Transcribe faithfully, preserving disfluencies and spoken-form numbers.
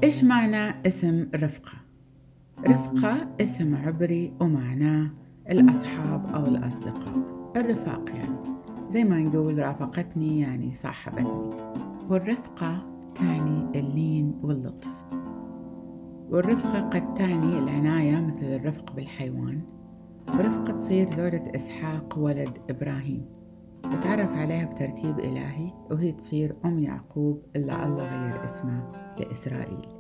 إيش معنى اسم رفقة؟ رفقة اسم عبري ومعناه الأصحاب أو الأصدقاء، الرفاق يعني زي ما نقول رافقتني يعني صاحبتني. والرفقة تعني اللين واللطف، والرفقة قد تعني العناية مثل الرفق بالحيوان. ورفقة تصير زوجة إسحاق ولد إبراهيم، وتعرف عليها بترتيب إلهي، وهي تصير أم يعقوب اللي الله غير اسمه لإسرائيل.